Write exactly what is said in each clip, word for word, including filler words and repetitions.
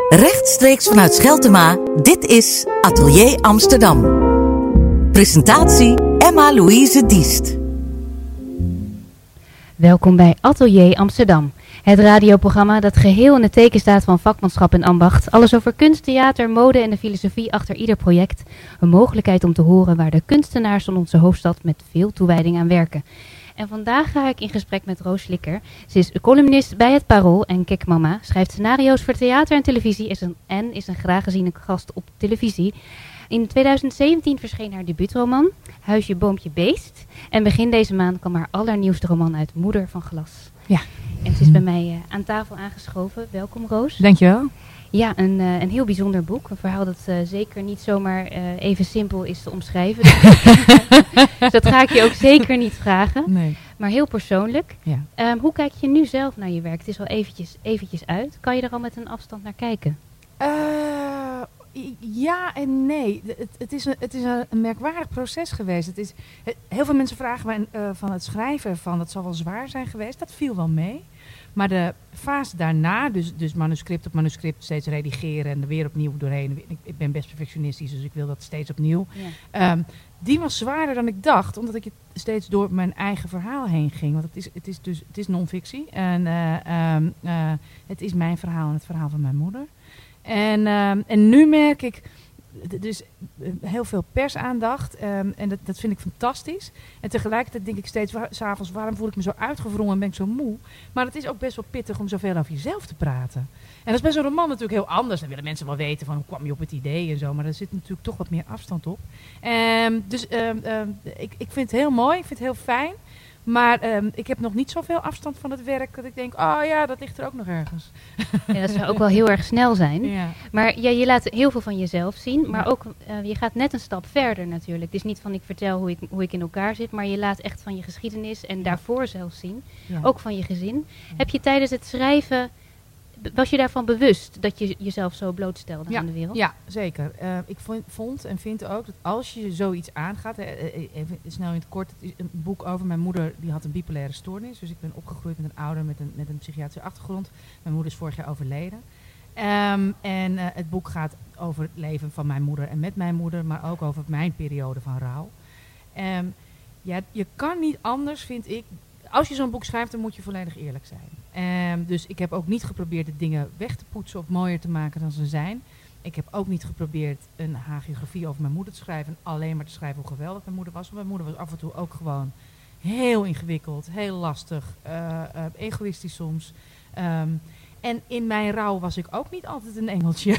Rechtstreeks vanuit Scheltema, dit is Atelier Amsterdam. Presentatie Emma-Louise Diest. Welkom bij Atelier Amsterdam. Het radioprogramma dat geheel in het teken staat van vakmanschap en ambacht. Alles over kunst, theater, mode en de filosofie achter ieder project. Een mogelijkheid om te horen waar de kunstenaars van onze hoofdstad met veel toewijding aan werken. En vandaag ga ik in gesprek met Roos Slikker. Ze is columnist bij Het Parool en Kikmama. Schrijft scenario's voor theater en televisie is een, en is een graag geziene gast op televisie. In twintig zeventien verscheen haar debuutroman Huisje, Boompje, Beest. En begin deze maand kwam haar allernieuwste roman uit, Moeder van Glas. Ja. En ze is bij mij uh, aan tafel aangeschoven. Welkom, Roos. Dankjewel. Ja, een, uh, een heel bijzonder boek. Een verhaal dat uh, zeker niet zomaar uh, even simpel is te omschrijven. Dus dat ga ik je ook zeker niet vragen. Nee. Maar heel persoonlijk. Ja. Um, hoe kijk je nu zelf naar je werk? Het is al eventjes, eventjes uit. Kan je er al met een afstand naar kijken? Uh, ja en nee. Het, het, is een, het is een merkwaardig proces geweest. Het is, het, heel veel mensen vragen mij uh, van het schrijven van dat zal wel zwaar zijn geweest. Dat viel wel mee. Maar de fase daarna, dus, dus manuscript op manuscript steeds redigeren en er weer opnieuw doorheen. Ik, ik ben best perfectionistisch, dus ik wil dat steeds opnieuw. Ja. Um, die was zwaarder dan ik dacht, omdat ik steeds door mijn eigen verhaal heen ging. Want het is, het is, dus, het is non-fictie en uh, um, uh, het is mijn verhaal en het verhaal van mijn moeder. En, um, en nu merk ik dus heel veel persaandacht um, en dat, dat vind ik fantastisch. En tegelijkertijd denk ik steeds, wa- 's avonds, waarom voel ik me zo uitgewrongen en ben ik zo moe? Maar het is ook best wel pittig om zoveel over jezelf te praten. En dat is bij zo'n roman natuurlijk heel anders. Dan willen mensen wel weten van hoe kwam je op het idee en zo. Maar er zit natuurlijk toch wat meer afstand op. Um, dus um, um, ik, ik vind het heel mooi, ik vind het heel fijn. Maar um, ik heb nog niet zoveel afstand van het werk dat ik denk, oh ja, dat ligt er ook nog ergens. Ja, dat zou ook wel heel erg snel zijn. Ja. Maar ja, je laat heel veel van jezelf zien. Maar ook, uh, je gaat net een stap verder natuurlijk. Het is niet van ik vertel hoe ik, hoe ik in elkaar zit. Maar je laat echt van je geschiedenis en daarvoor zelfs zien. Ja. Ook van je gezin. Ja. Heb je tijdens het schrijven, was je daarvan bewust dat je jezelf zo blootstelde ja, aan de wereld? Ja, zeker. Uh, ik vond, vond en vind ook dat als je zoiets aangaat, uh, even snel in het kort, het is een boek over mijn moeder, die had een bipolaire stoornis. Dus ik ben opgegroeid met een ouder met een, met een psychiatrische achtergrond. Mijn moeder is vorig jaar overleden. Um, en uh, het boek gaat over het leven van mijn moeder en met mijn moeder, maar ook over mijn periode van rouw. Um, ja, je kan niet anders, vind ik. Als je zo'n boek schrijft, dan moet je volledig eerlijk zijn. Um, dus ik heb ook niet geprobeerd de dingen weg te poetsen of mooier te maken dan ze zijn. Ik heb ook niet geprobeerd een hagiografie over mijn moeder te schrijven. En alleen maar te schrijven hoe geweldig mijn moeder was. Want mijn moeder was af en toe ook gewoon heel ingewikkeld, heel lastig, uh, uh, egoïstisch soms. Um, en in mijn rouw was ik ook niet altijd een engeltje.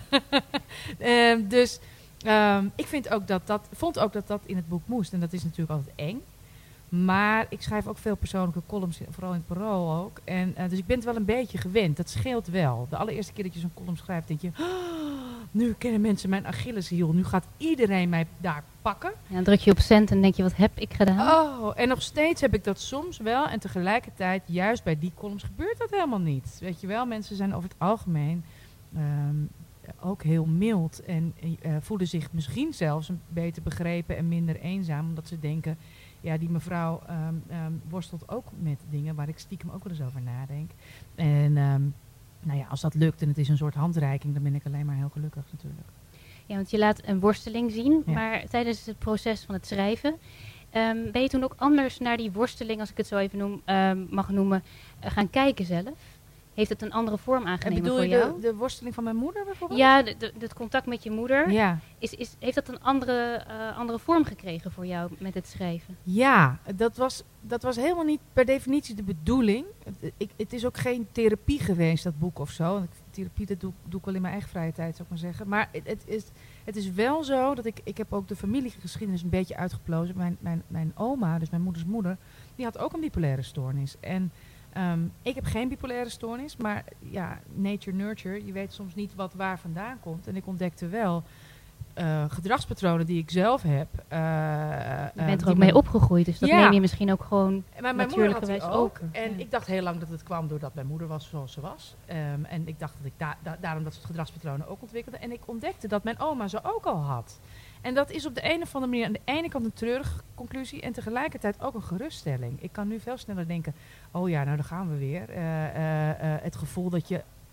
um, dus um, ik vind ook dat dat, vond ook dat dat in het boek moest. En dat is natuurlijk altijd eng. Maar ik schrijf ook veel persoonlijke columns, vooral in het Parool ook. En, uh, dus ik ben het wel een beetje gewend. Dat scheelt wel. De allereerste keer dat je zo'n column schrijft, denk je, oh, nu kennen mensen mijn Achilleshiel. Nu gaat iedereen mij daar pakken. Ja, dan druk je op cent en denk je, wat heb ik gedaan? Oh, en nog steeds heb ik dat soms wel. En tegelijkertijd, juist bij die columns gebeurt dat helemaal niet. Weet je wel, mensen zijn over het algemeen um, ook heel mild. En uh, voelen zich misschien zelfs een beter begrepen en minder eenzaam. Omdat ze denken, ja, die mevrouw um, um, worstelt ook met dingen waar ik stiekem ook wel eens over nadenk. En um, nou ja, als dat lukt en het is een soort handreiking, dan ben ik alleen maar heel gelukkig natuurlijk. Ja, want je laat een worsteling zien, Ja. maar tijdens het proces van het schrijven, um, ben je toen ook anders naar die worsteling, als ik het zo even noem, um, mag noemen, uh, gaan kijken zelf? Heeft het een andere vorm aangenomen bedoel voor je jou? de, de worsteling van mijn moeder bijvoorbeeld? Ja, de, de, het contact met je moeder. Ja. Is, is, heeft dat een andere, uh, andere vorm gekregen voor jou met het schrijven? Ja, dat was, dat was helemaal niet per definitie de bedoeling. Het, ik, het is ook geen therapie geweest, dat boek of zo. Therapie, dat doe, doe ik wel in mijn eigen vrije tijd, zou ik maar zeggen. Maar het, het, is, het is wel zo dat ik... Ik heb ook de familiegeschiedenis een beetje uitgeplozen. Mijn, mijn, mijn oma, dus mijn moeders moeder, die had ook een bipolaire stoornis. En um, ik heb geen bipolaire stoornis, maar ja, nature nurture. Je weet soms niet wat waar vandaan komt. En ik ontdekte wel Uh, gedragspatronen die ik zelf heb. Uh, je bent uh, er ook mee opgegroeid, dus dat ja. neem je misschien ook gewoon maar mijn natuurlijkerwijs moeder had over. ook. En ja. ik dacht heel lang dat het kwam doordat mijn moeder was zoals ze was. Um, en ik dacht dat ik da- da- daarom dat soort gedragspatronen ook ontwikkelde. En ik ontdekte dat mijn oma ze ook al had. En dat is op de een of andere manier aan de ene kant een treurige conclusie en tegelijkertijd ook een geruststelling. Ik kan nu veel sneller denken, oh ja, nou daar gaan we weer. Uh, uh, uh, het gevoel dat je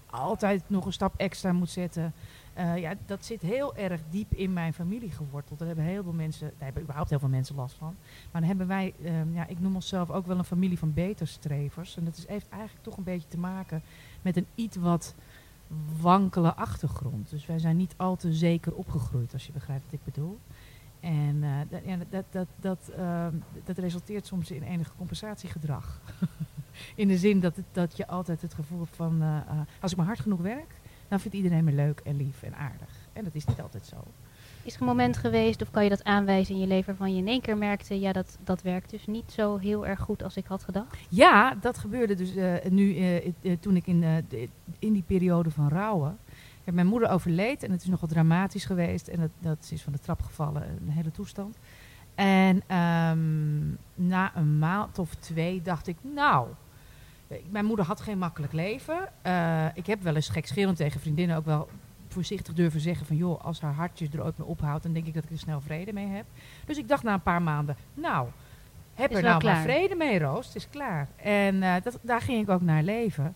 altijd nog een stap extra moet zetten. Uh, ja, dat zit heel erg diep in mijn familie geworteld. Daar hebben heel veel mensen, daar hebben überhaupt heel veel mensen last van. Maar dan hebben wij, um, ja, ik noem onszelf ook wel een familie van beterstrevers. En dat is, heeft eigenlijk toch een beetje te maken met een iets wat wankele achtergrond. Dus wij zijn niet al te zeker opgegroeid, als je begrijpt wat ik bedoel. En uh, dat, ja, dat, dat, dat, uh, dat resulteert soms in enig compensatiegedrag. In de zin dat, het, dat je altijd het gevoel hebt van, uh, uh, als ik maar hard genoeg werk, dan vindt iedereen me leuk en lief en aardig. En dat is niet altijd zo. Is er een moment geweest, of kan je dat aanwijzen in je leven, waarvan je in één keer merkte, ja, dat, dat werkt dus niet zo heel erg goed als ik had gedacht? Ja, dat gebeurde dus uh, nu, uh, uh, toen ik in, uh, de, in die periode van rouwen. Ja, mijn moeder overleed en het is nogal dramatisch geweest. En dat, dat is van de trap gevallen, een hele toestand. En um, na een maand of twee dacht ik, nou, mijn moeder had geen makkelijk leven. Uh, ik heb wel eens gekscherend tegen vriendinnen ook wel voorzichtig durven zeggen van, joh, als haar hartje er ooit mee ophoudt, dan denk ik dat ik er snel vrede mee heb. Dus ik dacht na een paar maanden, nou, heb er nou klaar. maar vrede mee, Roos, het is klaar. En uh, dat, daar ging ik ook naar leven.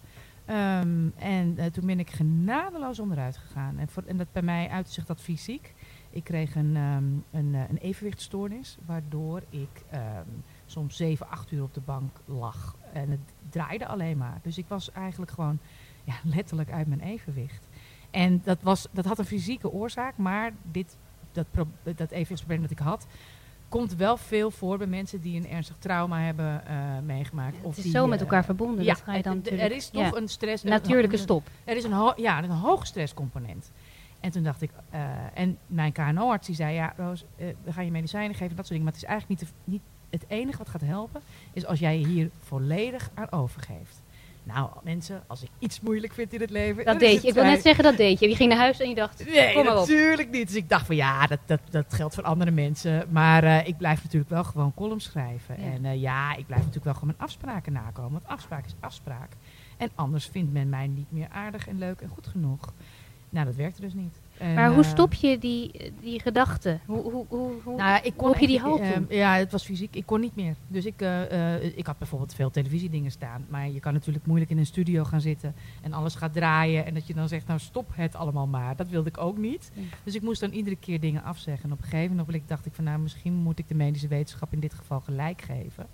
Um, en uh, toen ben ik genadeloos onderuit gegaan. En, voor, en dat bij mij uitte zich dat fysiek. Ik kreeg een, um, een, een evenwichtstoornis, waardoor ik um, soms zeven, acht uur op de bank lag. En het draaide alleen maar. Dus ik was eigenlijk gewoon ja, letterlijk uit mijn evenwicht. En dat, was, dat had een fysieke oorzaak, maar dit, dat, pro, dat evenwichtsprobleem dat ik had, komt wel veel voor bij mensen die een ernstig trauma hebben uh, meegemaakt. Ja, of het is die, zo met elkaar uh, verbonden. Ja, dat ga je dan d- er is toch ja. een stress... Natuurlijke een, stop. Er is een, ho- ja, een hoge stresscomponent. En toen dacht ik... Uh, en mijn K N O-arts die zei... Ja, Roos, uh, we gaan je medicijnen geven, dat soort dingen. Maar het is eigenlijk niet, de, niet het enige wat gaat helpen, is als jij je hier volledig aan overgeeft. Nou, mensen, als ik iets moeilijk vind in het leven... Dat deed je. Ik wil net zeggen, dat deed je. Je ging naar huis en je dacht, nee, kom maar op. natuurlijk niet. Dus ik dacht van ja, dat, dat, dat geldt voor andere mensen. Maar uh, ik blijf natuurlijk wel gewoon columns schrijven. Ja. En uh, ja, ik blijf natuurlijk wel gewoon mijn afspraken nakomen. Want afspraak is afspraak. En anders vindt men mij niet meer aardig en leuk en goed genoeg. Nou, dat werkte dus niet. En, maar hoe uh, stop je die, die gedachten? Hoe, hoe, hoe, hoe, nou, ik kon hoe heb je die halt halt uh, Ja, het was fysiek. Ik kon niet meer. Dus ik, uh, uh, ik had bijvoorbeeld veel televisiedingen staan. Maar je kan natuurlijk moeilijk in een studio gaan zitten. En alles gaat draaien. En dat je dan zegt, nou stop het allemaal maar. Dat wilde ik ook niet. Ja. Dus ik moest dan iedere keer dingen afzeggen. En op een gegeven moment dacht ik van, nou misschien moet ik de medische wetenschap in dit geval gelijk geven.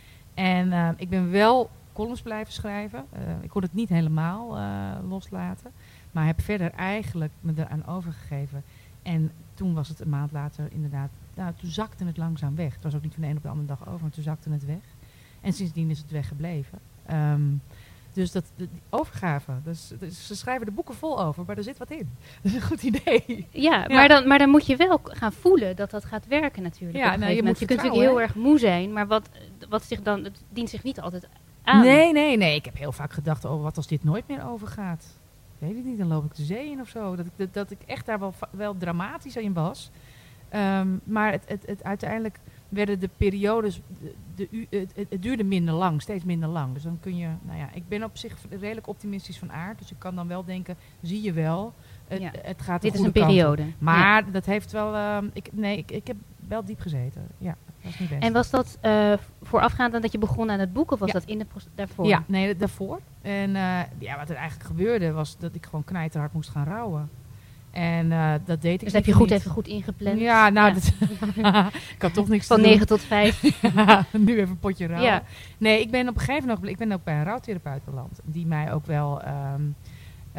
En uh, ik ben wel columns blijven schrijven. Uh, ik kon het niet helemaal uh, loslaten. Maar heb verder eigenlijk me eraan overgegeven. En toen was het een maand later inderdaad... Nou, toen zakte het langzaam weg. Het was ook niet van de een op de andere dag over, maar toen zakte het weg. En sindsdien is het weggebleven. Um, dus dat, de, die overgave. Dus, dus ze schrijven de boeken vol over, maar er zit wat in. Dat is een goed idee. Ja, ja. Maar, dan, maar dan moet je wel gaan voelen dat dat gaat werken natuurlijk. Ja, nou, je, moet je kunt natuurlijk heel erg moe zijn, maar wat, wat zich dan, het dient zich niet altijd aan. Nee, nee, nee. Ik heb heel vaak gedacht, oh, wat als dit nooit meer overgaat? Ik weet het niet, dan loop ik de zee in of zo. Dat ik, dat, dat ik echt daar wel, wel dramatisch in was. Um, maar het, het, het, uiteindelijk werden de periodes, de, de, het, het, het duurde minder lang, steeds minder lang. Dus dan kun je, nou ja, ik ben op zich redelijk optimistisch van aard. Dus ik kan dan wel denken, zie je wel, het, ja. het gaat de Dit is goede een periode. kant op. Maar ja. dat heeft wel, um, ik, nee, ik, ik heb wel diep gezeten. Ja, dat was niet best. En was dat uh, voorafgaand aan dat je begon aan het boek, of was ja. dat in de pro- daarvoor? Ja, nee, daarvoor. En uh, ja, wat er eigenlijk gebeurde was dat ik gewoon knijterhard moest gaan rouwen. En uh, dat deed ik Dus heb je goed niet. even goed ingepland? Ja, nou, ja. Dat ik had toch niks van te doen. negen tot vijf. Ja, nu even een potje rouwen. Ja. Nee, ik ben op een gegeven moment, ik ben ook bij een rouwtherapeut beland. Die mij ook wel, um, uh,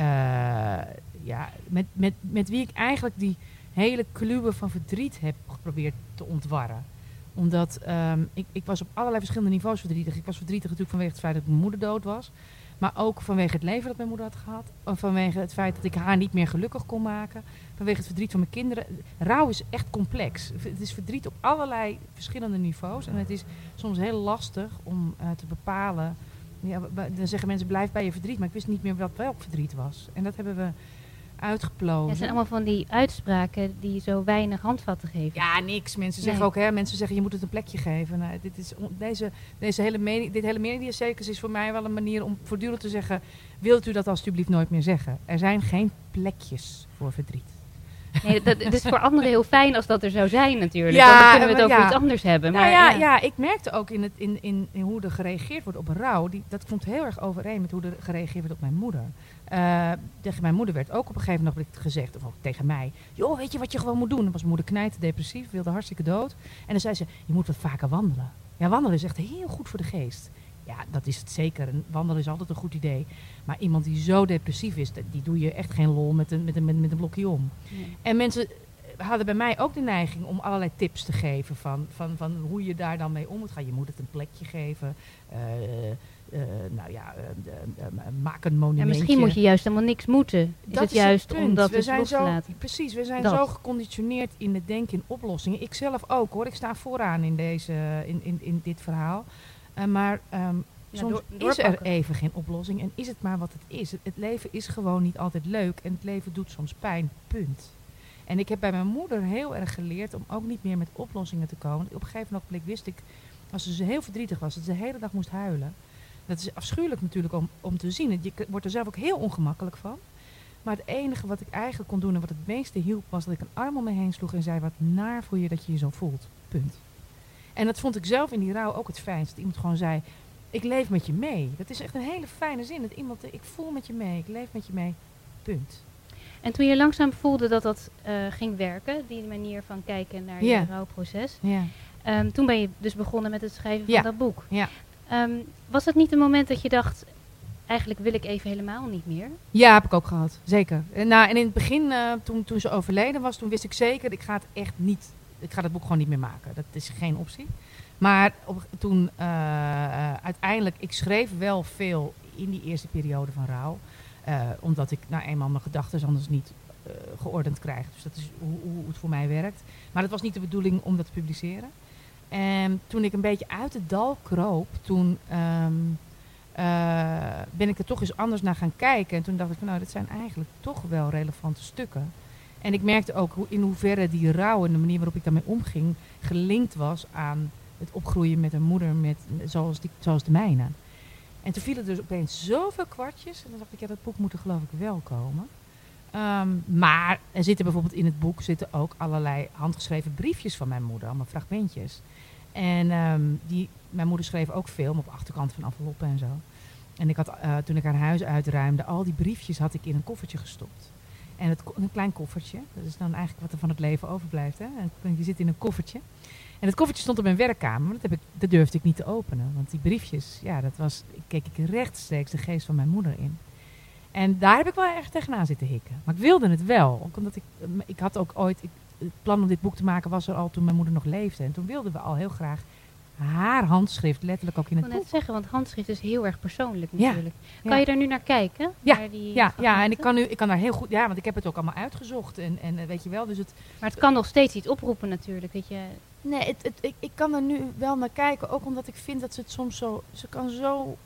ja, met, met, met wie ik eigenlijk die hele kluwen van verdriet heb geprobeerd te ontwarren. Omdat um, ik, ik was op allerlei verschillende niveaus verdrietig. Ik was verdrietig natuurlijk vanwege het feit dat mijn moeder dood was. Maar ook vanwege het leven dat mijn moeder had gehad. Of vanwege het feit dat ik haar niet meer gelukkig kon maken. Vanwege het verdriet van mijn kinderen. Rouw is echt complex. Het is verdriet op allerlei verschillende niveaus. En het is soms heel lastig om uh, te bepalen. Ja, dan zeggen mensen, blijf bij je verdriet. Maar ik wist niet meer wat welk verdriet was. En dat hebben we uitgeplozen. Ja, het zijn allemaal van die uitspraken die zo weinig handvatten geven. Ja, niks. Mensen nee. zeggen ook, hè, mensen zeggen je moet het een plekje geven. Nou, dit, is on, deze, deze hele mening, dit hele mediacircus is voor mij wel een manier om voortdurend te zeggen, wilt u dat alsjeblieft nooit meer zeggen? Er zijn geen plekjes voor verdriet. Nee, dat, het is voor anderen heel fijn als dat er zou zijn natuurlijk. Ja, want dan kunnen we het over ja. iets anders hebben. Nou Maar, ja, ja. ja, ik merkte ook in, het, in, in, in hoe er gereageerd wordt op rouw. Die, dat komt heel erg overeen met hoe er gereageerd wordt op mijn moeder. Uh, tegen mijn moeder werd ook op een gegeven moment gezegd, of ook tegen mij. Joh, weet je wat je gewoon moet doen? Dan was mijn moeder knijter depressief, wilde hartstikke dood. En dan zei ze, je moet wat vaker wandelen. Ja, wandelen is echt heel goed voor de geest. Ja, dat is het zeker. En wandelen is altijd een goed idee. Maar iemand die zo depressief is, die doe je echt geen lol met een, met een, met, met een blokje om. Nee. En mensen hadden bij mij ook de neiging om allerlei tips te geven van, van, van hoe je daar dan mee om moet gaan. Je moet het een plekje geven. Uh, uh, nou ja, uh, uh, uh, maak een monumentje. Ja, misschien moet je juist helemaal niks moeten. Is dat het is juist het om dat we dus zijn los te zo, laten? Precies, we zijn dat. zo geconditioneerd in het denken in oplossingen. Ik zelf ook hoor. Ik sta vooraan in, deze, in, in, in dit verhaal. Uh, maar um, ja, soms door, is er even geen oplossing en is het maar wat het is. Het, het leven is gewoon niet altijd leuk en het leven doet soms pijn, punt. En ik heb bij mijn moeder heel erg geleerd om ook niet meer met oplossingen te komen. Op een gegeven moment wist ik, als ze heel verdrietig was, dat ze de hele dag moest huilen. Dat is afschuwelijk natuurlijk om, om te zien. Je wordt er zelf ook heel ongemakkelijk van. Maar het enige wat ik eigenlijk kon doen en wat het meeste hielp, was dat ik een arm om me heen sloeg en zei, wat naar voel je dat je je zo voelt, punt. En dat vond ik zelf in die rouw ook het fijnst. Dat iemand gewoon zei, ik leef met je mee. Dat is echt een hele fijne zin. Dat iemand, ik voel met je mee, ik leef met je mee, punt. En toen je langzaam voelde dat dat uh, ging werken, die manier van kijken naar ja. je rouwproces. Ja. Um, toen ben je dus begonnen met het schrijven van ja. dat boek. Ja. Um, was dat niet een moment dat je dacht, eigenlijk wil ik even helemaal niet meer? Ja, heb ik ook gehad. Zeker. En, nou, en in het begin, uh, toen, toen ze overleden was, toen wist ik zeker, ik ga het echt niet, ik ga het boek gewoon niet meer maken. Dat is geen optie. Maar op, toen uh, uh, uiteindelijk, ik schreef wel veel in die eerste periode van rouw. Uh, omdat ik nou eenmaal mijn gedachten anders niet uh, geordend krijg. Dus dat is hoe, hoe het voor mij werkt. Maar dat was niet de bedoeling om dat te publiceren. En toen ik een beetje uit het dal kroop, toen um, uh, ben ik er toch eens anders naar gaan kijken. En toen dacht ik, nou, dit zijn eigenlijk toch wel relevante stukken. En ik merkte ook hoe, in hoeverre die rouw en de manier waarop ik daarmee omging, gelinkt was aan het opgroeien met een moeder met, zoals, die, zoals de mijne. En toen vielen er dus opeens zoveel kwartjes. En dan dacht ik, ja, dat boek moet er geloof ik wel komen. Um, maar er zitten bijvoorbeeld in het boek zitten ook allerlei handgeschreven briefjes van mijn moeder. Allemaal fragmentjes. En um, die, mijn moeder schreef ook veel, maar op de achterkant van enveloppen en zo. En ik had, uh, toen ik haar huis uitruimde, al die briefjes had ik in een koffertje gestopt. En het, een klein koffertje. Dat is dan eigenlijk wat er van het leven overblijft. Hè? En je zit in een koffertje. En het koffertje stond op mijn werkkamer. Maar dat, heb ik, dat durfde ik niet te openen. Want die briefjes, ja, dat was, keek ik rechtstreeks de geest van mijn moeder in. En daar heb ik wel erg tegenaan zitten hikken. Maar ik wilde het wel. Ook omdat ik, ik had ook ooit, ik, het plan om dit boek te maken was er al toen mijn moeder nog leefde. En toen wilden we al heel graag haar handschrift letterlijk ook in het boek. Ik wil net zeggen, want handschrift is heel erg persoonlijk natuurlijk. Ja. Kan ja. je daar nu naar kijken? Ja, naar die ja, ja, en ik kan nu, ik kan daar heel goed, ja, want ik heb het ook allemaal uitgezocht en, en weet je wel, dus het. Maar het kan nog steeds iets oproepen natuurlijk, weet je. Nee, het, het, ik, ik kan er nu wel naar kijken, ook omdat ik vind dat ze het soms zo, ze kan zo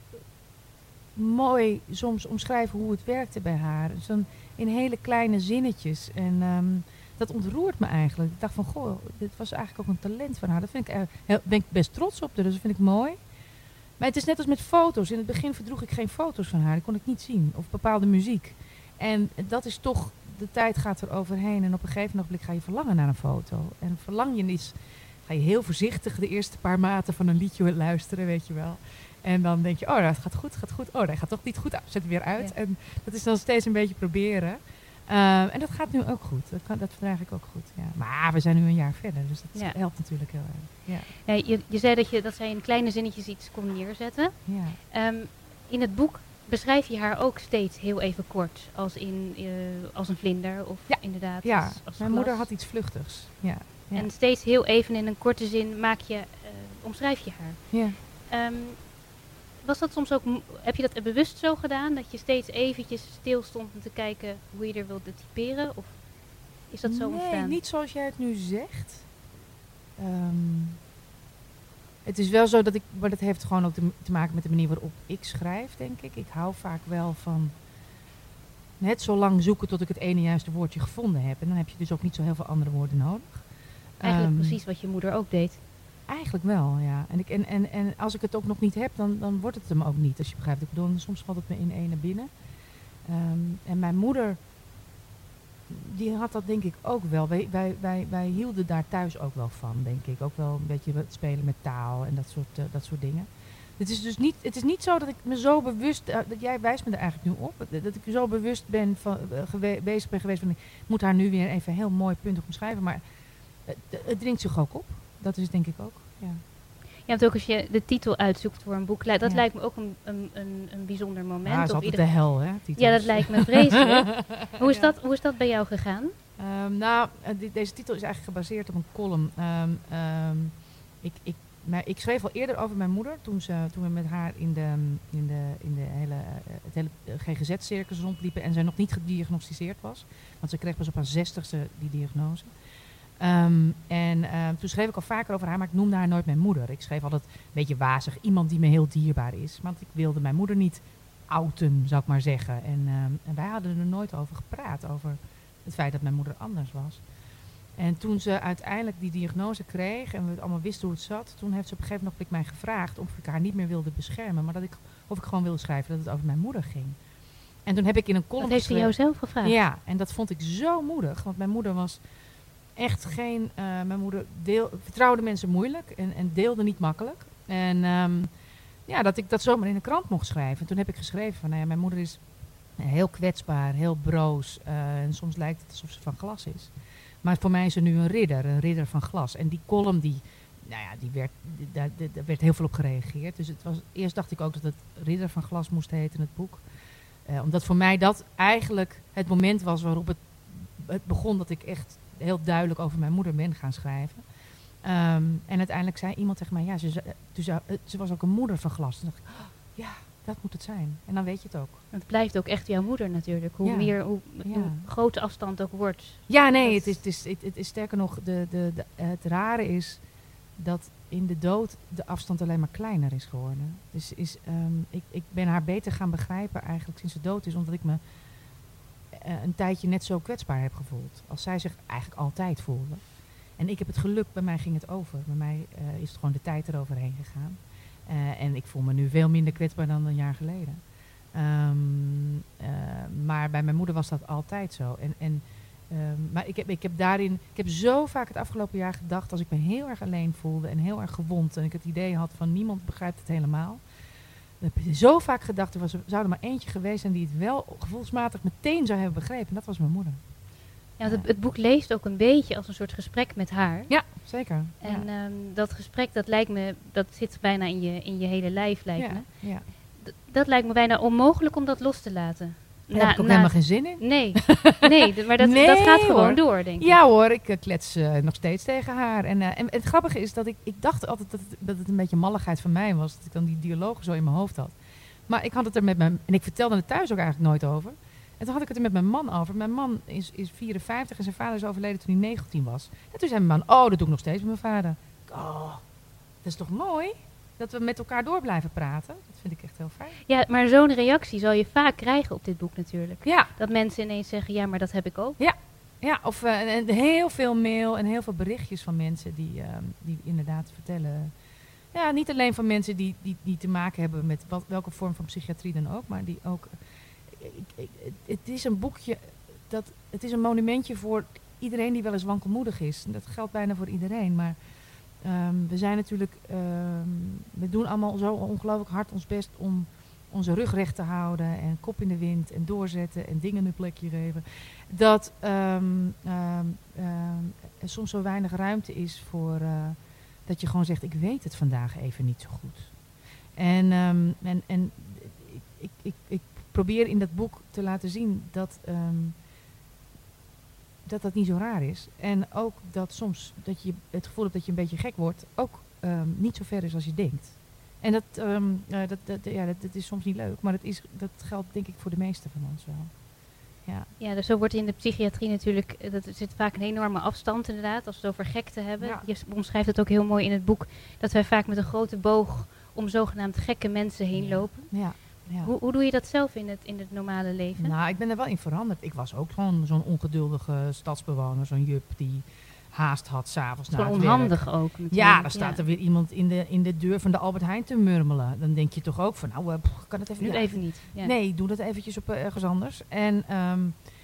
mooi soms omschrijven hoe het werkte bij haar. Zo'n in hele kleine zinnetjes en um, dat ontroert me eigenlijk. Ik dacht van, goh, dit was eigenlijk ook een talent van haar. Dat vind ik, uh, heel, ben ik best trots op, dus dat vind ik mooi. Maar het is net als met foto's. In het begin verdroeg ik geen foto's van haar. Die kon ik niet zien. Of bepaalde muziek. En dat is toch, de tijd gaat er overheen. En op een gegeven moment ga je verlangen naar een foto. En verlang je is, ga je heel voorzichtig de eerste paar maten van een liedje luisteren, weet je wel. En dan denk je, oh, dat gaat goed, gaat goed. Oh, dat gaat toch niet goed. Zet het weer uit. Ja. En dat is dan steeds een beetje proberen. Uh, en dat gaat nu ook goed. Dat, kan, dat verdraag ik ook goed. Ja. Maar we zijn nu een jaar verder, dus dat ja. helpt natuurlijk heel erg. Ja. Ja, je, je zei dat, je, dat zij in kleine zinnetjes iets kon neerzetten. Ja. Um, in het boek beschrijf je haar ook steeds heel even kort. Als, in, uh, als een vlinder of ja. inderdaad ja. als, als Mijn glas. moeder had iets vluchtigs. Ja. Ja. En steeds heel even in een korte zin maak je, uh, omschrijf je haar. Ja. Um, Was dat soms ook, heb je dat bewust zo gedaan? Dat je steeds eventjes stil stond om te kijken hoe je er wilde typeren? Of is dat zo nee, ontstaan? Nee, niet zoals jij het nu zegt. Um, het is wel zo dat ik, maar dat heeft gewoon ook te, te maken met de manier waarop ik schrijf, denk ik. Ik hou vaak wel van net zo lang zoeken tot ik het ene juiste woordje gevonden heb. En dan heb je dus ook niet zo heel veel andere woorden nodig. Eigenlijk um, precies wat je moeder ook deed. Eigenlijk wel, ja. En, ik, en, en, en als ik het ook nog niet heb, dan, dan wordt het hem ook niet, als je begrijpt. Ik bedoel, soms valt het me in ene binnen. Um, en mijn moeder, die had dat denk ik ook wel. Wij, wij, wij, wij hielden daar thuis ook wel van, denk ik. Ook wel een beetje het spelen met taal en dat soort, uh, dat soort dingen. Het is dus niet, het is niet zo dat ik me zo bewust, uh, dat jij wijst me er eigenlijk nu op, dat ik zo bewust ben van, uh, gewe- bezig ben geweest van, ik moet haar nu weer even heel mooi puntig omschrijven, maar uh, het dringt zich ook op. Dat is denk ik ook, ja. Ja, want ook als je de titel uitzoekt voor een boek, li- dat Ja. lijkt me ook een, een, een, een bijzonder moment. Ja, dat is Of altijd ieder- de hel, hè? Titels. Ja, dat lijkt me vreselijk. hoe, is Ja. dat, hoe is dat bij jou gegaan? Um, nou, uh, die, deze titel is eigenlijk gebaseerd op een column. Um, um, ik, ik, maar ik schreef al eerder over mijn moeder, toen, ze, toen we met haar in de, in de, in de hele, uh, het hele G G Z-circus rondliepen en zij nog niet gediagnosticeerd was. Want ze kreeg pas op haar zestigste die diagnose. Um, en uh, toen schreef ik al vaker over haar, maar ik noemde haar nooit mijn moeder. Ik schreef altijd een beetje wazig, iemand die me heel dierbaar is. Want ik wilde mijn moeder niet outen, zou ik maar zeggen. En, um, en wij hadden er nooit over gepraat, over het feit dat mijn moeder anders was. En toen ze uiteindelijk die diagnose kreeg en we het allemaal wisten hoe het zat, toen heeft ze op een gegeven moment mij gevraagd of ik haar niet meer wilde beschermen, maar dat ik, of ik gewoon wilde schrijven dat het over mijn moeder ging. En toen heb ik in een column Dat heeft ze jou zelf gevraagd? Ja, en dat vond ik zo moedig, want mijn moeder was echt geen, uh, mijn moeder deel, vertrouwde mensen moeilijk en, en deelde niet makkelijk. En um, ja, dat ik dat zomaar in de krant mocht schrijven. En toen heb ik geschreven van, nou ja, mijn moeder is heel kwetsbaar, heel broos. Uh, en soms lijkt het alsof ze van glas is. Maar voor mij is ze nu een ridder, een ridder van glas. En die column, die, nou ja, die werd, die, daar, daar werd heel veel op gereageerd. Dus het was, eerst dacht ik ook dat het Ridder van Glas moest heten, het boek. Uh, omdat voor mij dat eigenlijk het moment was waarop het, het begon dat ik echt heel duidelijk over mijn moeder ben gaan schrijven. Um, en uiteindelijk zei iemand tegen mij, ja, ze, ze, ze, ze was ook een moeder van glas. Toen dacht ik, oh, ja, dat moet het zijn. En dan weet je het ook. Het blijft ook echt jouw moeder natuurlijk. Hoe Ja. meer, hoe, Ja. hoe grote afstand ook wordt. Ja, nee, Dat- het is, het, is, het, het is sterker nog, de, de, de, het rare is dat in de dood de afstand alleen maar kleiner is geworden. Dus is, um, ik, ik ben haar beter gaan begrijpen eigenlijk sinds ze dood is, omdat ik me uh, een tijdje net zo kwetsbaar heb gevoeld. Als zij zich eigenlijk altijd voelde. En ik heb het geluk, bij mij ging het over. Bij mij uh, is het gewoon de tijd eroverheen gegaan. Uh, en ik voel me nu veel minder kwetsbaar dan een jaar geleden. Um, uh, maar bij mijn moeder was dat altijd zo. En, en, um, maar ik heb, ik heb daarin, ik heb zo vaak het afgelopen jaar gedacht, als ik me heel erg alleen voelde en heel erg gewond en ik het idee had van niemand begrijpt het helemaal. Ik heb zo vaak gedacht, er was, zou er maar eentje geweest zijn die het wel gevoelsmatig meteen zou hebben begrepen. En dat was mijn moeder. Ja, want het, het boek leest ook een beetje als een soort gesprek met haar. Ja, zeker. En ja. um, dat gesprek, dat lijkt me, dat zit bijna in je, in je hele lijf, lijkt ja, me. ja. D- dat lijkt me bijna onmogelijk om dat los te laten. Daar heb ik ook helemaal geen zin in. Nee, nee d- maar dat, Nee, dat gaat gewoon hoor. door, denk ik. Ja hoor, ik uh, klets uh, nog steeds tegen haar. En, uh, en het grappige is dat ik, ik dacht altijd dat het, dat het een beetje malligheid van mij was. Dat ik dan die dialogen zo in mijn hoofd had. Maar ik had het er met mijn... En ik vertelde het thuis ook eigenlijk nooit over. En toen had ik het er met mijn man over. Mijn man is, is vierenvijftig en zijn vader is overleden toen hij negentien was. En toen zei mijn man, oh, dat doe ik nog steeds met mijn vader. Ik, oh, dat is toch mooi? Dat we met elkaar door blijven praten. Dat vind ik echt heel fijn. Ja, maar zo'n reactie zal je vaak krijgen op dit boek natuurlijk. Ja. Dat mensen ineens zeggen, ja, maar dat heb ik ook. Ja, of uh, en heel veel mail en heel veel berichtjes van mensen die, uh, die inderdaad vertellen. Ja, niet alleen van mensen die, die, die te maken hebben met wat, welke vorm van psychiatrie dan ook, maar die ook... Ik, ik, het is een boekje, dat, het is een monumentje voor iedereen die wel eens wankelmoedig is. Dat geldt bijna voor iedereen, maar um, we zijn natuurlijk... Um, we doen allemaal zo ongelooflijk hard ons best om onze rug recht te houden en kop in de wind en doorzetten en dingen een plekje geven. Dat um, um, um, er soms zo weinig ruimte is voor... Uh, dat je gewoon zegt, ik weet het vandaag even niet zo goed. En, um, en, en ik, ik, ik, ik probeer in dat boek te laten zien dat, um, dat dat niet zo raar is. En ook dat soms dat je het gevoel hebt dat je een beetje gek wordt, ook um, niet zo ver is als je denkt. En dat, um, uh, dat, dat, ja, dat, dat is soms niet leuk, maar dat, is, dat geldt denk ik voor de meeste van ons wel. Ja. Ja, dus zo wordt in de psychiatrie natuurlijk, eh, dat er zit vaak een enorme afstand inderdaad, als we het over gekte hebben. Ja. Je omschrijft het ook heel mooi in het boek, dat wij vaak met een grote boog om zogenaamd gekke mensen heen Ja. lopen. Ja. Ja. Hoe, hoe doe je dat zelf in het, in het normale leven? Nou, ik ben er wel in veranderd. Ik was ook gewoon zo'n ongeduldige stadsbewoner, zo'n jup die haast had s'avonds Het naar is het gewoon werk. onhandig ook natuurlijk. Ja, dan staat ja. er weer iemand in de, in de deur van de Albert Heijn te murmelen. Dan denk je toch ook van, nou, uh, pff, kan het even... Nu ja, even niet. Ja. Nee, doe dat eventjes op uh, ergens anders. En um,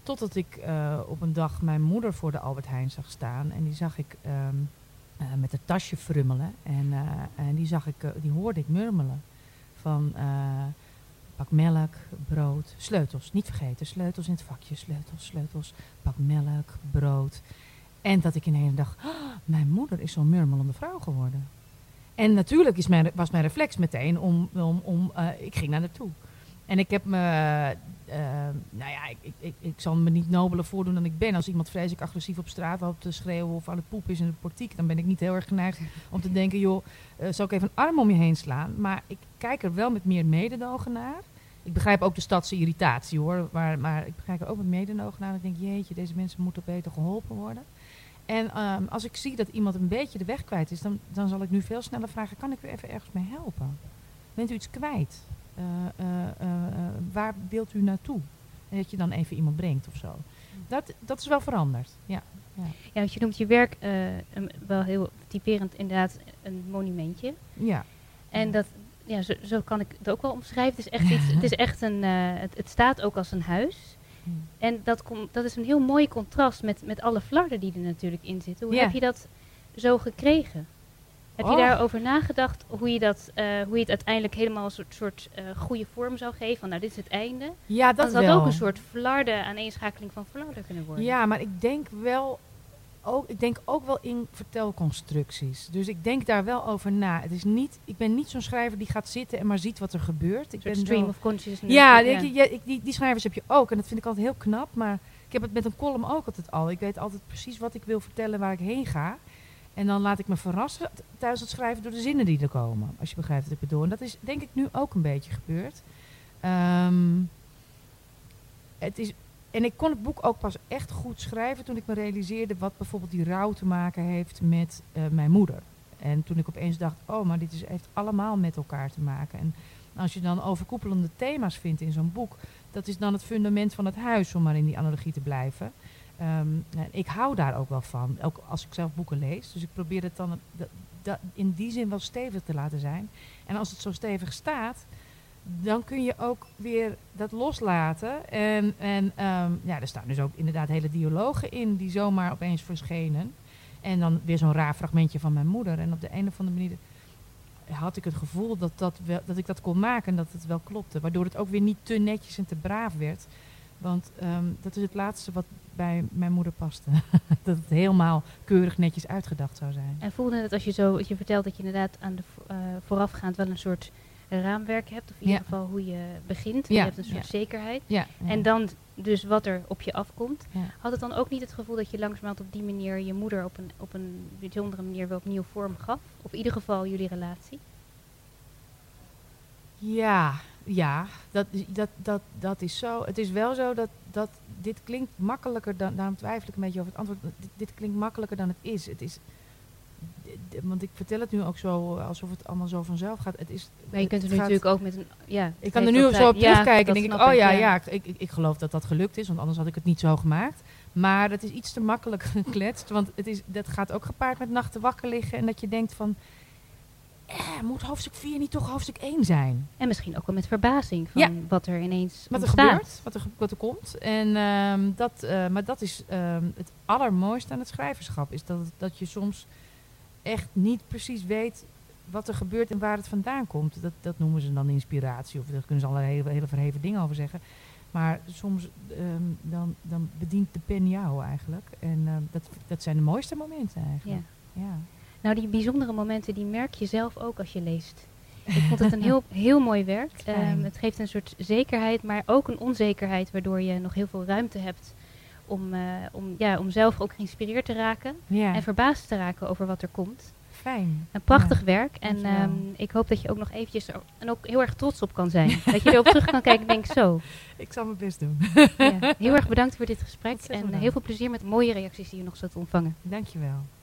totdat ik uh, op een dag mijn moeder voor de Albert Heijn zag staan. En die zag ik um, uh, met het tasje frummelen. En, uh, en die, zag ik, uh, die hoorde ik murmelen. Van uh, pak melk, brood, sleutels. Niet vergeten, sleutels in het vakje. Sleutels, sleutels, pak melk, brood. En dat ik ineens dacht, oh, mijn moeder is zo'n murmelende vrouw geworden. En natuurlijk is mijn, was mijn reflex meteen om, om, om uh, ik ging naar naartoe. En ik heb me, uh, nou ja, ik, ik, ik, ik zal me niet nobeler voordoen dan ik ben. Als iemand vreselijk agressief op straat loopt te schreeuwen of aan het poep is in de portiek, dan ben ik niet heel erg geneigd om te denken, joh, uh, zal ik even een arm om je heen slaan? Maar ik kijk er wel met meer mededogen naar. Ik begrijp ook de stadse irritatie hoor, maar, maar ik begrijp er ook met mededogen naar. Ik denk, jeetje, deze mensen moeten beter geholpen worden. En um, als ik zie dat iemand een beetje de weg kwijt is, dan, dan zal ik nu veel sneller vragen, kan ik u even ergens mee helpen? Bent u iets kwijt? Uh, uh, uh, uh, waar wilt u naartoe? En dat je dan even iemand brengt of zo. Dat, dat is wel veranderd. Ja, ja. Ja, want je noemt je werk uh, een, wel heel typerend inderdaad een monumentje. Ja. En ja. dat, ja, zo, zo kan ik het ook wel omschrijven. Het is echt iets. Het is echt een. Uh, het, het staat ook als een huis. Hmm. En dat, kom, dat is een heel mooi contrast met, met alle flarden die er natuurlijk in zitten. Hoe ja. heb je dat zo gekregen? Heb je oh. daarover nagedacht hoe je, dat, uh, hoe je het uiteindelijk helemaal een soort, soort uh, goede vorm zou geven? Van nou, dit is het einde. Ja, dat had wel. ook een soort flarden, aaneenschakeling van flarden kunnen worden. Ja, maar ik denk wel ook, ik denk ook wel in vertelconstructies. Dus ik denk daar wel over na. Het is niet, ik ben niet zo'n schrijver die gaat zitten en maar ziet wat er gebeurt. Ik een ben stream zo, of consciousness. Ja, ja. Die, die, die, die schrijvers heb je ook. En dat vind ik altijd heel knap. Maar ik heb het met een column ook altijd al. Ik weet altijd precies wat ik wil vertellen, waar ik heen ga. En dan laat ik me verrassen tijdens het schrijven door de zinnen die er komen. Als je begrijpt wat ik bedoel. En dat is denk ik nu ook een beetje gebeurd. Um, het is, en ik kon het boek ook pas echt goed schrijven toen ik me realiseerde wat bijvoorbeeld die rouw te maken heeft met uh, mijn moeder. En toen ik opeens dacht, oh, maar dit is, heeft allemaal met elkaar te maken. En als je dan overkoepelende thema's vindt in zo'n boek, dat is dan het fundament van het huis, om maar in die analogie te blijven. Um, ik hou daar ook wel van, ook als ik zelf boeken lees. Dus ik probeer het dan d- d- in die zin wel stevig te laten zijn. En als het zo stevig staat, dan kun je ook weer dat loslaten. En, en um, ja, er staan dus ook inderdaad hele dialogen in die zomaar opeens verschenen. En dan weer zo'n raar fragmentje van mijn moeder. En op de een of andere manier had ik het gevoel dat, dat, wel, dat ik dat kon maken en dat het wel klopte. Waardoor het ook weer niet te netjes en te braaf werd. Want um, dat is het laatste wat bij mijn moeder paste. Dat het helemaal keurig netjes uitgedacht zou zijn. En voelde het als je zo, als je vertelt dat je inderdaad aan de vo- uh, voorafgaand wel een soort raamwerk hebt. Of in ieder ja. geval hoe je begint. Ja. Je hebt een soort Ja. zekerheid. Ja, ja. En dan dus wat er op je afkomt. Ja. Had het dan ook niet het gevoel dat je langzamerhand op die manier je moeder op een, op een bijzondere manier weer opnieuw vorm gaf? Of in ieder geval jullie relatie? Ja, ja, dat, dat, dat, dat is zo. Het is wel zo dat, dat dit klinkt makkelijker dan, daarom twijfel ik een beetje over het antwoord. Dit, dit klinkt makkelijker dan het is. Het is, d- d- want ik vertel het nu ook zo alsof het allemaal zo vanzelf gaat. Het is, Maar je kunt er het nu gaat, natuurlijk ook met een... Ja, ik kan er nu zo op ja, terugkijken en denk ik, oh ik, ja, ja. ja ik, ik, ik geloof dat dat gelukt is, want anders had ik het niet zo gemaakt. Maar het is iets te makkelijk gekletst, want het is, dat gaat ook gepaard met nachten wakker liggen en dat je denkt van, eh, moet hoofdstuk vier niet toch hoofdstuk één zijn? En misschien ook wel met verbazing van Ja. wat er ineens Wat er ontstaat. gebeurt, wat er, ge- wat er komt. En, um, dat, uh, maar dat is um, het allermooiste aan het schrijverschap. Is dat, dat je soms echt niet precies weet wat er gebeurt en waar het vandaan komt. Dat, dat noemen ze dan inspiratie. Of daar kunnen ze allerlei hele, hele verheven dingen over zeggen. Maar soms um, dan, dan bedient de pen jou eigenlijk. En uh, dat, dat zijn de mooiste momenten eigenlijk. Ja. Ja. Nou, die bijzondere momenten die merk je zelf ook als je leest. Ik vond het een heel, heel mooi werk. Um, het geeft een soort zekerheid, maar ook een onzekerheid, waardoor je nog heel veel ruimte hebt om, uh, om, ja, om zelf ook geïnspireerd te raken Ja. en verbaasd te raken over wat er komt. Fijn. Een prachtig Ja. werk en Dankjewel. um, ik hoop dat je ook nog eventjes er, en ook heel erg trots op kan zijn. Dat je erop terug kan kijken en denkt zo. Ik zal mijn best doen. Ja. Heel erg bedankt voor dit gesprek Ontzettend en uh, bedankt. heel veel plezier met de mooie reacties die je nog zult ontvangen. Dankjewel.